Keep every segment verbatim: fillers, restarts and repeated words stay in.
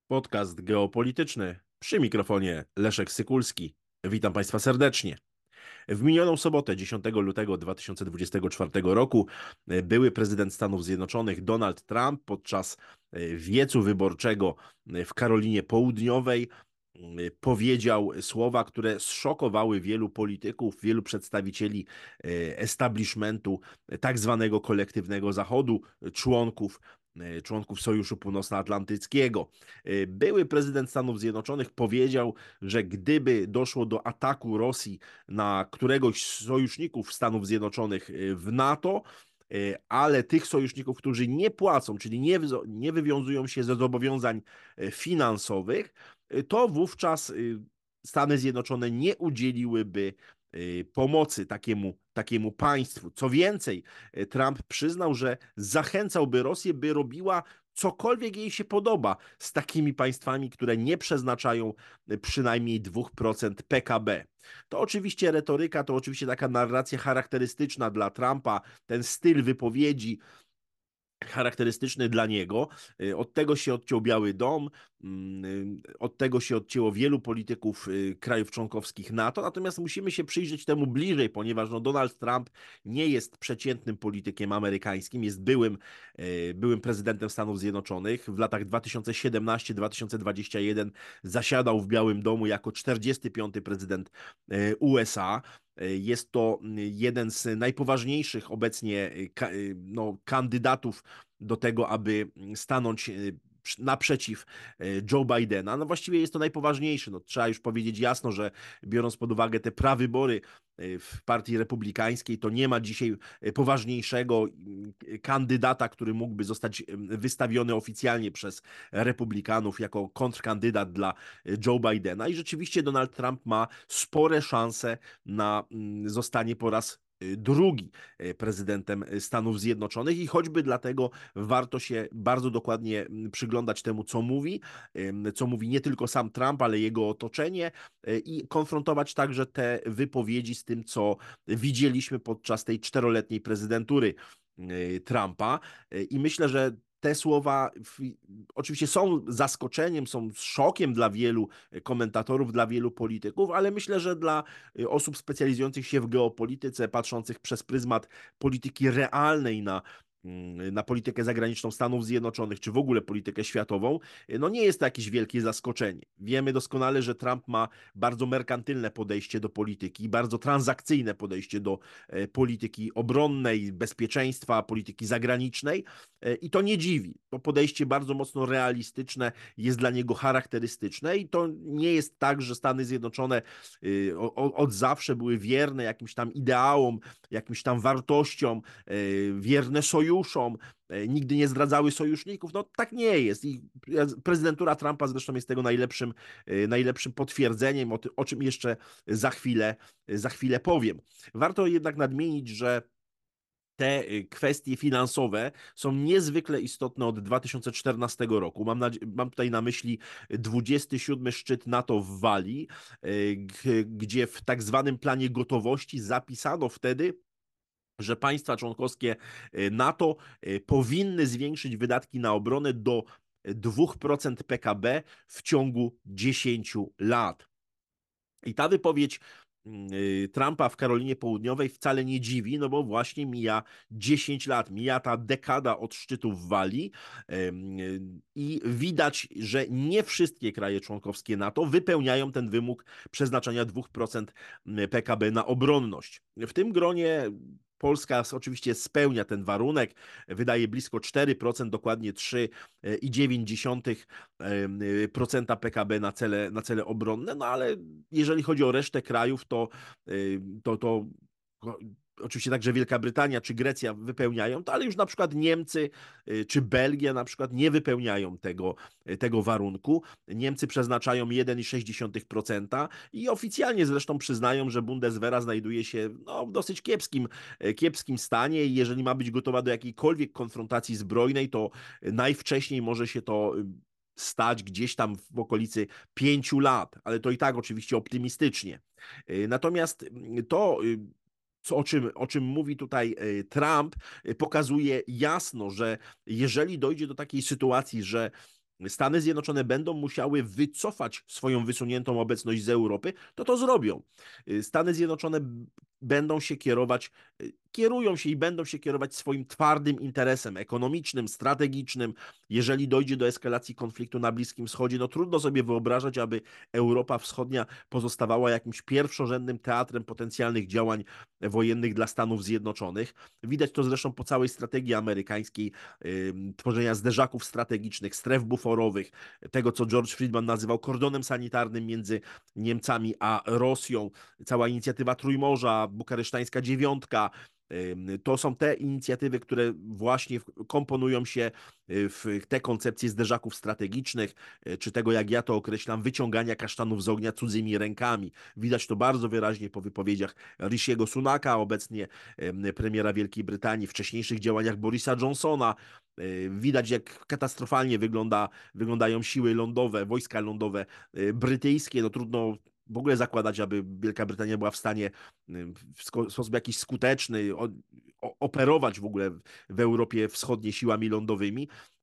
Podcast geopolityczny. Przy mikrofonie Leszek Sykulski. Witam Państwa serdecznie. W minioną sobotę, dziesiątego lutego dwa tysiące dwudziestego czwartego roku, były prezydent Stanów Zjednoczonych Donald Trump podczas wiecu wyborczego w Karolinie Południowej powiedział słowa, które zszokowały wielu polityków, wielu przedstawicieli establishmentu tak zwanego kolektywnego Zachodu, członków członków Sojuszu Północnoatlantyckiego. Były prezydent Stanów Zjednoczonych powiedział, że gdyby doszło do ataku Rosji na któregoś z sojuszników Stanów Zjednoczonych w NATO, ale tych sojuszników, którzy nie płacą, czyli nie, nie wywiązują się ze zobowiązań finansowych, to wówczas Stany Zjednoczone nie udzieliłyby pomocy takiemu, takiemu państwu. Co więcej, Trump przyznał, że zachęcałby Rosję, by robiła cokolwiek jej się podoba z takimi państwami, które nie przeznaczają przynajmniej dwa procent P K B. To oczywiście retoryka, to oczywiście taka narracja charakterystyczna dla Trumpa, ten styl wypowiedzi charakterystyczny dla niego. Od tego się odciął Biały Dom, od tego się odcięło wielu polityków krajów członkowskich NATO, natomiast musimy się przyjrzeć temu bliżej, ponieważ no, Donald Trump nie jest przeciętnym politykiem amerykańskim, jest byłym, byłym prezydentem Stanów Zjednoczonych. W latach dwa tysiące siedemnastym do dwa tysiące dwudziestego pierwszego zasiadał w Białym Domu jako czterdziesty piąty prezydent U S A. Jest to jeden z najpoważniejszych obecnie no, kandydatów do tego, aby stanąć naprzeciw Joe Bidena. No właściwie jest to najpoważniejszy. No, trzeba już powiedzieć jasno, że biorąc pod uwagę te prawybory w partii republikańskiej, to nie ma dzisiaj poważniejszego kandydata, który mógłby zostać wystawiony oficjalnie przez republikanów jako kontrkandydat dla Joe Bidena. I rzeczywiście Donald Trump ma spore szanse na zostanie po raz drugi prezydentem Stanów Zjednoczonych i choćby dlatego warto się bardzo dokładnie przyglądać temu, co mówi, co mówi nie tylko sam Trump, ale jego otoczenie i konfrontować także te wypowiedzi z tym, co widzieliśmy podczas tej czteroletniej prezydentury Trumpa. I myślę, że te słowa oczywiście są zaskoczeniem, są szokiem dla wielu komentatorów, dla wielu polityków, ale myślę, że dla osób specjalizujących się w geopolityce, patrzących przez pryzmat polityki realnej na na politykę zagraniczną Stanów Zjednoczonych, czy w ogóle politykę światową, no nie jest to jakieś wielkie zaskoczenie. Wiemy doskonale, że Trump ma bardzo merkantylne podejście do polityki, bardzo transakcyjne podejście do polityki obronnej, bezpieczeństwa, polityki zagranicznej i to nie dziwi. To podejście bardzo mocno realistyczne jest dla niego charakterystyczne i to nie jest tak, że Stany Zjednoczone od zawsze były wierne jakimś tam ideałom, jakimś tam wartościom, wierne sojuszom, nigdy nie zdradzały sojuszników. No tak nie jest. I prezydentura Trumpa zresztą jest tego najlepszym, najlepszym potwierdzeniem, o, ty, o czym jeszcze za chwilę, za chwilę powiem. Warto jednak nadmienić, że te kwestie finansowe są niezwykle istotne od dwa tysiące czternastego roku. Mam, mam tutaj na myśli dwudziesty siódmy szczyt NATO w Walii, gdzie w tak zwanym planie gotowości zapisano wtedy, że państwa członkowskie NATO powinny zwiększyć wydatki na obronę do dwa procent P K B w ciągu dziesięciu lat. I ta wypowiedź Trumpa w Karolinie Południowej wcale nie dziwi, no bo właśnie mija dziesięć lat, mija ta dekada od szczytu w Walii i widać, że nie wszystkie kraje członkowskie NATO wypełniają ten wymóg przeznaczania dwa procent P K B na obronność. W tym gronie Polska oczywiście spełnia ten warunek, wydaje blisko cztery procent, dokładnie trzy przecinek dziewięć procent P K B na cele, na cele obronne, no ale jeżeli chodzi o resztę krajów, to, to, to oczywiście także Wielka Brytania czy Grecja wypełniają to, ale już na przykład Niemcy czy Belgia na przykład nie wypełniają tego, tego warunku. Niemcy przeznaczają jeden przecinek sześć procent i oficjalnie zresztą przyznają, że Bundeswehra znajduje się no, w dosyć kiepskim, kiepskim stanie i jeżeli ma być gotowa do jakiejkolwiek konfrontacji zbrojnej, to najwcześniej może się to stać gdzieś tam w okolicy pięciu lat, ale to i tak oczywiście optymistycznie. Natomiast to co, o czym, o czym mówi tutaj Trump, pokazuje jasno, że jeżeli dojdzie do takiej sytuacji, że Stany Zjednoczone będą musiały wycofać swoją wysuniętą obecność z Europy, to to zrobią. Stany Zjednoczone będą się kierować, kierują się i będą się kierować swoim twardym interesem ekonomicznym, strategicznym. Jeżeli dojdzie do eskalacji konfliktu na Bliskim Wschodzie, no trudno sobie wyobrażać, aby Europa Wschodnia pozostawała jakimś pierwszorzędnym teatrem potencjalnych działań wojennych dla Stanów Zjednoczonych. Widać to zresztą po całej strategii amerykańskiej, yy, tworzenia zderzaków strategicznych, stref buforowych, tego co George Friedman nazywał kordonem sanitarnym między Niemcami a Rosją, cała inicjatywa Trójmorza, bukaresztańska dziewiątka. To są te inicjatywy, które właśnie komponują się w te koncepcje zderzaków strategicznych, czy tego, jak ja to określam, wyciągania kasztanów z ognia cudzymi rękami. Widać to bardzo wyraźnie po wypowiedziach Rishiego Sunaka, obecnie premiera Wielkiej Brytanii, wcześniejszych działaniach Borisa Johnsona. Widać, jak katastrofalnie wygląda, wyglądają siły lądowe, wojska lądowe brytyjskie. No trudno w ogóle zakładać, aby Wielka Brytania była w stanie w sposób jakiś skuteczny operować w ogóle w Europie Wschodniej siłami lądowymi.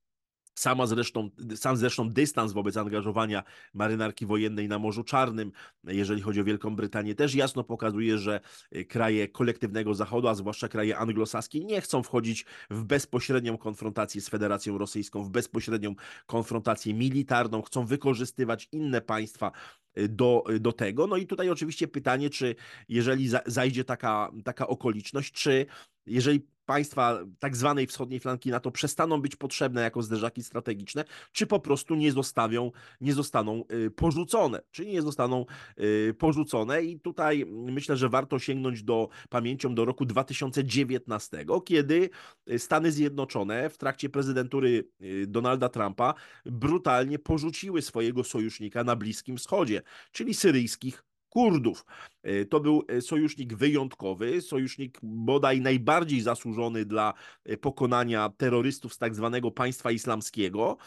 Sama zresztą, sam zresztą dystans wobec angażowania marynarki wojennej na Morzu Czarnym, jeżeli chodzi o Wielką Brytanię, też jasno pokazuje, że kraje kolektywnego Zachodu, a zwłaszcza kraje anglosaskie, nie chcą wchodzić w bezpośrednią konfrontację z Federacją Rosyjską, w bezpośrednią konfrontację militarną, chcą wykorzystywać inne państwa do, do tego. No i tutaj oczywiście pytanie, czy jeżeli za, zajdzie taka, taka okoliczność, czy jeżeli państwa tak zwanej wschodniej flanki NATO przestaną być potrzebne jako zderzaki strategiczne, czy po prostu nie zostawią, nie zostaną porzucone, czy nie zostaną porzucone. I tutaj myślę, że warto sięgnąć do pamięcią do roku dwa tysiące dziewiętnastego, kiedy Stany Zjednoczone w trakcie prezydentury Donalda Trumpa brutalnie porzuciły swojego sojusznika na Bliskim Wschodzie, czyli syryjskich Kurdów. To był sojusznik wyjątkowy, sojusznik bodaj najbardziej zasłużony dla pokonania terrorystów z tak zwanego państwa islamskiego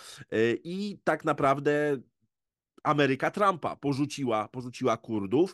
i tak naprawdę Ameryka Trumpa porzuciła, porzuciła Kurdów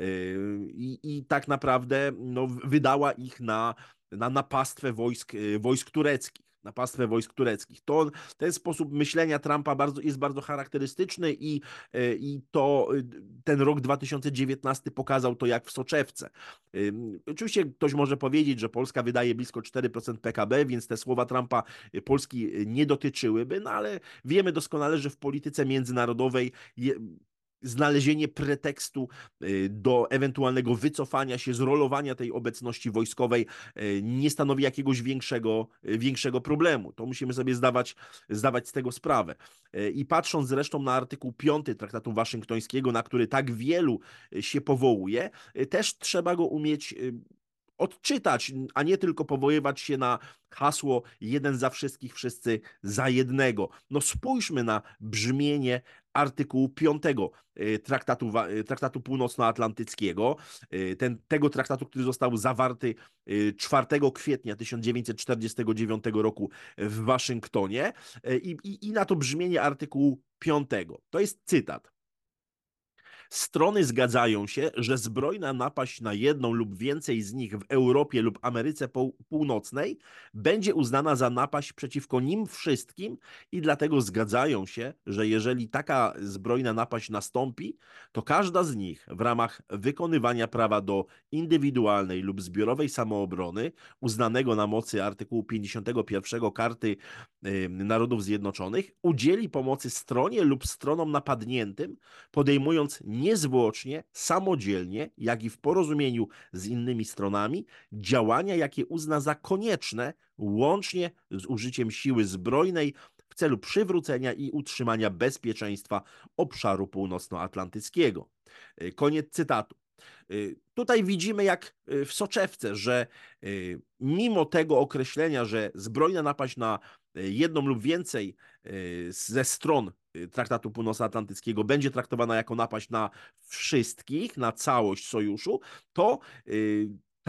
i, i tak naprawdę no, wydała ich na, na, na pastwę wojsk, wojsk tureckich. Na pastwę wojsk tureckich. To, ten sposób myślenia Trumpa bardzo, jest bardzo charakterystyczny i, i to ten rok dwa tysiące dziewiętnasty pokazał to jak w soczewce. Oczywiście ktoś może powiedzieć, że Polska wydaje blisko cztery procent P K B, więc te słowa Trumpa Polski nie dotyczyłyby, no ale wiemy doskonale, że w polityce międzynarodowej je, znalezienie pretekstu do ewentualnego wycofania się, zrolowania tej obecności wojskowej nie stanowi jakiegoś większego, większego problemu. To musimy sobie zdawać, zdawać z tego sprawę. I patrząc zresztą na artykuł piąty Traktatu Waszyngtońskiego, na który tak wielu się powołuje, też trzeba go umieć odczytać, a nie tylko powoływać się na hasło jeden za wszystkich, wszyscy za jednego. No spójrzmy na brzmienie artykułu piątego Traktatu, Traktatu Północnoatlantyckiego, ten, tego traktatu, który został zawarty czwartego kwietnia tysiąc dziewięćset czterdziestego dziewiątego roku w Waszyngtonie i, i, i na to brzmienie artykułu piątego. To jest cytat. Strony zgadzają się, że zbrojna napaść na jedną lub więcej z nich w Europie lub Ameryce Północnej będzie uznana za napaść przeciwko nim wszystkim i dlatego zgadzają się, że jeżeli taka zbrojna napaść nastąpi, to każda z nich w ramach wykonywania prawa do indywidualnej lub zbiorowej samoobrony uznanego na mocy artykułu pięćdziesiątego pierwszego Karty Narodów Zjednoczonych udzieli pomocy stronie lub stronom napadniętym, podejmując niezwłocznie, samodzielnie, jak i w porozumieniu z innymi stronami, działania, jakie uzna za konieczne, łącznie z użyciem siły zbrojnej w celu przywrócenia i utrzymania bezpieczeństwa obszaru północnoatlantyckiego. Koniec cytatu. Tutaj widzimy jak w soczewce, że mimo tego określenia, że zbrojna napaść na jedną lub więcej ze stron Traktatu Północnoatlantyckiego będzie traktowana jako napaść na wszystkich, na całość sojuszu, to ta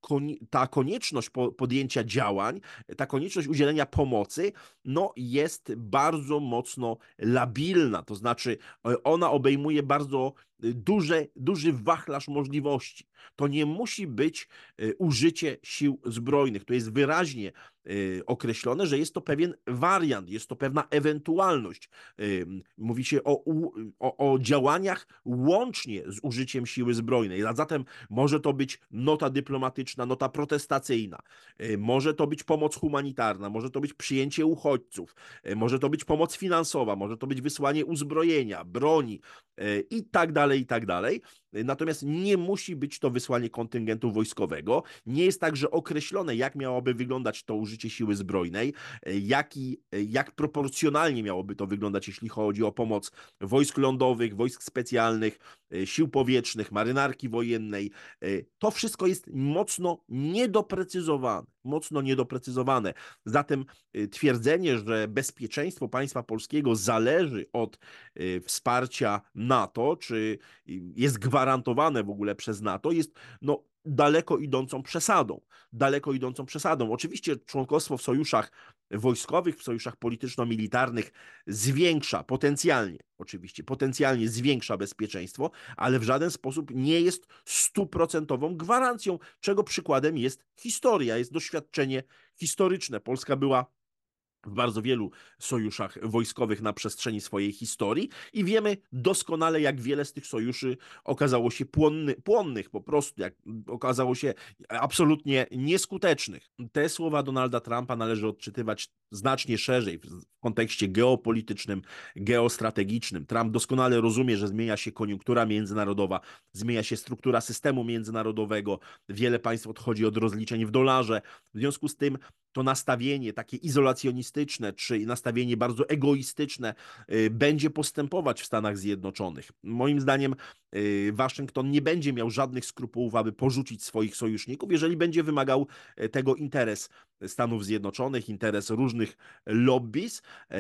ta konieczność podjęcia działań, ta konieczność udzielenia pomocy, no jest bardzo mocno labilna, to znaczy ona obejmuje bardzo duże, duży wachlarz możliwości. To nie musi być użycie sił zbrojnych. To jest wyraźnie określone, że jest to pewien wariant, jest to pewna ewentualność. Mówi się o, o, o działaniach łącznie z użyciem siły zbrojnej. A zatem może to być nota dyplomatyczna, nota protestacyjna, może to być pomoc humanitarna, może to być przyjęcie uchodźców, może to być pomoc finansowa, może to być wysłanie uzbrojenia, broni i tak dalej, i tak dalej. Natomiast nie musi być to wysłanie kontyngentu wojskowego. Nie jest także określone, jak miałoby wyglądać to użycie siły zbrojnej, jaki, jak proporcjonalnie miałoby to wyglądać, jeśli chodzi o pomoc wojsk lądowych, wojsk specjalnych, sił powietrznych, marynarki wojennej. To wszystko jest mocno niedoprecyzowane. Mocno niedoprecyzowane. Zatem twierdzenie, że bezpieczeństwo państwa polskiego zależy od wsparcia NATO, czy jest gwarantowane w ogóle przez NATO, jest no, daleko idącą przesadą. Daleko idącą przesadą. Oczywiście członkostwo w sojuszach wojskowych, w sojuszach polityczno-militarnych zwiększa potencjalnie, oczywiście, potencjalnie zwiększa bezpieczeństwo, ale w żaden sposób nie jest stuprocentową gwarancją, czego przykładem jest historia, jest doświadczenie historyczne. Polska była w bardzo wielu sojuszach wojskowych na przestrzeni swojej historii i wiemy doskonale, jak wiele z tych sojuszy okazało się płonny, płonnych po prostu, jak okazało się absolutnie nieskutecznych. Te słowa Donalda Trumpa należy odczytywać znacznie szerzej w kontekście geopolitycznym, geostrategicznym. Trump doskonale rozumie, że zmienia się koniunktura międzynarodowa, zmienia się struktura systemu międzynarodowego, wiele państw odchodzi od rozliczeń w dolarze. W związku z tym to nastawienie takie izolacjonistyczne, czy nastawienie bardzo egoistyczne będzie postępować w Stanach Zjednoczonych. Moim zdaniem Waszyngton nie będzie miał żadnych skrupułów, aby porzucić swoich sojuszników, jeżeli będzie wymagał tego interes Stanów Zjednoczonych, interes różnych lobbies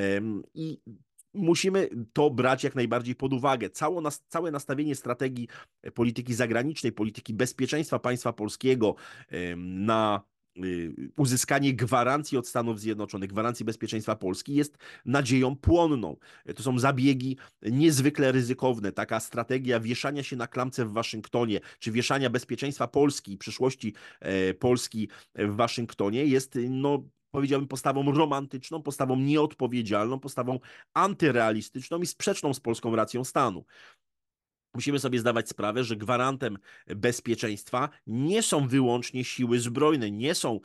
i musimy to brać jak najbardziej pod uwagę. Cało nas, całe nastawienie strategii polityki zagranicznej, polityki bezpieczeństwa państwa polskiego na uzyskanie gwarancji od Stanów Zjednoczonych, gwarancji bezpieczeństwa Polski jest nadzieją płonną. To są zabiegi niezwykle ryzykowne. Taka strategia wieszania się na klamce w Waszyngtonie, czy wieszania bezpieczeństwa Polski i przyszłości Polski w Waszyngtonie jest, no, powiedziałbym, postawą romantyczną, postawą nieodpowiedzialną, postawą antyrealistyczną i sprzeczną z polską racją stanu. Musimy sobie zdawać sprawę, że gwarantem bezpieczeństwa nie są wyłącznie siły zbrojne, nie są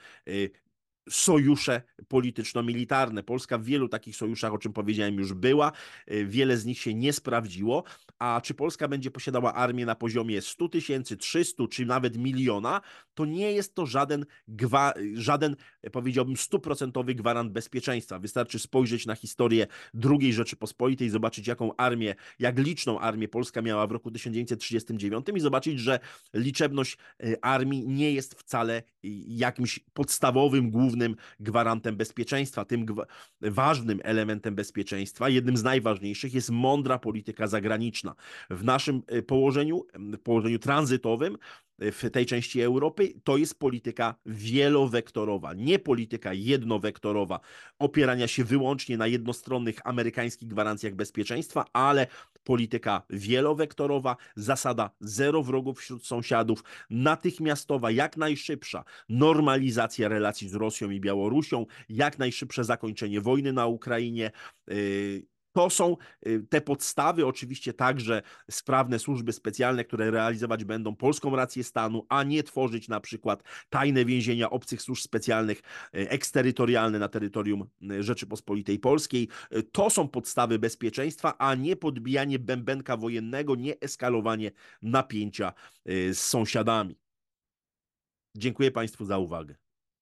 sojusze polityczno-militarne. Polska w wielu takich sojuszach, o czym powiedziałem, już była. Wiele z nich się nie sprawdziło. A czy Polska będzie posiadała armię na poziomie stu tysięcy, trzystu czy nawet miliona, to nie jest to żaden, gwa, żaden powiedziałbym, stuprocentowy gwarant bezpieczeństwa. Wystarczy spojrzeć na historię drugiej Rzeczypospolitej, zobaczyć, jaką armię, jak liczną armię Polska miała w roku tysiąc dziewięćset trzydziestym dziewiątym i zobaczyć, że liczebność armii nie jest wcale jakimś podstawowym, głównym gwarantem bezpieczeństwa. Tym ważnym elementem bezpieczeństwa, jednym z najważniejszych, jest mądra polityka zagraniczna. W naszym położeniu, w położeniu tranzytowym, w tej części Europy, to jest polityka wielowektorowa, nie polityka jednowektorowa, opierania się wyłącznie na jednostronnych amerykańskich gwarancjach bezpieczeństwa, ale polityka wielowektorowa, zasada zero wrogów wśród sąsiadów, natychmiastowa, jak najszybsza normalizacja relacji z Rosją i Białorusią, jak najszybsze zakończenie wojny na Ukrainie. To są te podstawy, oczywiście także sprawne służby specjalne, które realizować będą polską rację stanu, a nie tworzyć na przykład tajne więzienia obcych służb specjalnych eksterytorialne na terytorium Rzeczypospolitej Polskiej. To są podstawy bezpieczeństwa, a nie podbijanie bębenka wojennego, nie eskalowanie napięcia z sąsiadami. Dziękuję Państwu za uwagę.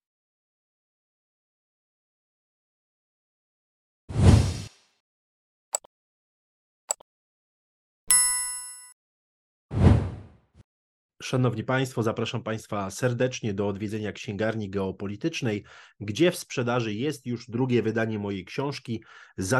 Szanowni Państwo, zapraszam Państwa serdecznie do odwiedzenia Księgarni Geopolitycznej, gdzie w sprzedaży jest już drugie wydanie mojej książki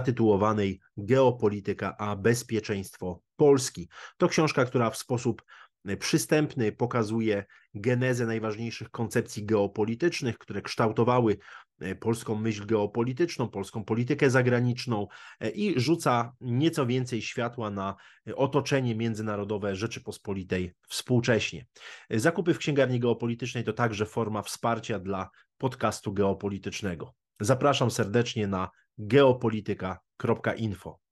zatytułowanej Geopolityka a bezpieczeństwo Polski. To książka, która w sposób przystępny, pokazuje genezę najważniejszych koncepcji geopolitycznych, które kształtowały polską myśl geopolityczną, polską politykę zagraniczną i rzuca nieco więcej światła na otoczenie międzynarodowe Rzeczypospolitej współcześnie. Zakupy w księgarni geopolitycznej to także forma wsparcia dla podcastu geopolitycznego. Zapraszam serdecznie na geopolityka kropka info.